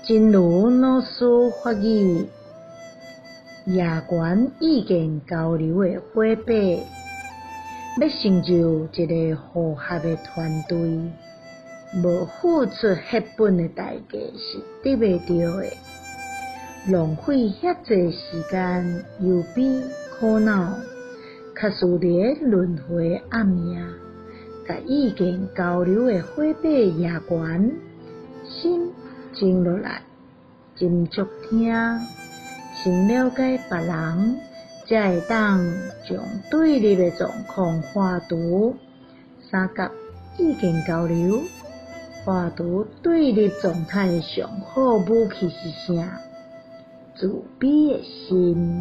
真如老师发语，夜观意见交流的伙伴，要成就一个和谐的团队，无付出血本的代价是得袂到的。浪费遐济时间，忧悲苦恼，较输伫轮回暗夜。甲意见交流的伙伴夜观，心静落来，斟酌听，先了解别人，才会当将对立的状况化除。三甲意见交流，化除对立状态上好武器是啥？慈悲的心。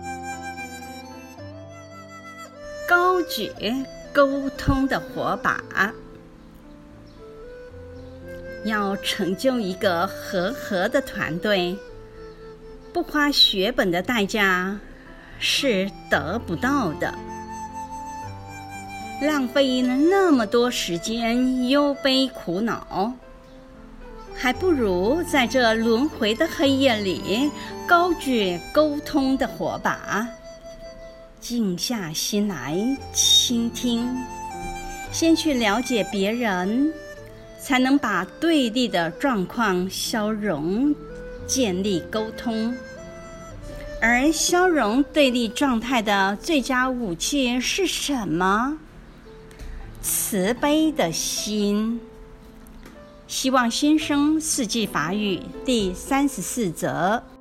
高举沟通的火把，要成就一个和合的团队，不花血本的代价是得不到的。浪费了那么多时间，忧悲苦恼，还不如在这轮回的黑夜里高举沟通的火把，静下心来倾听，先去了解别人，才能把对立的状况消融，建立沟通。而消融对立状态的最佳武器是什么？慈悲的心。希望新生四季法语第34则。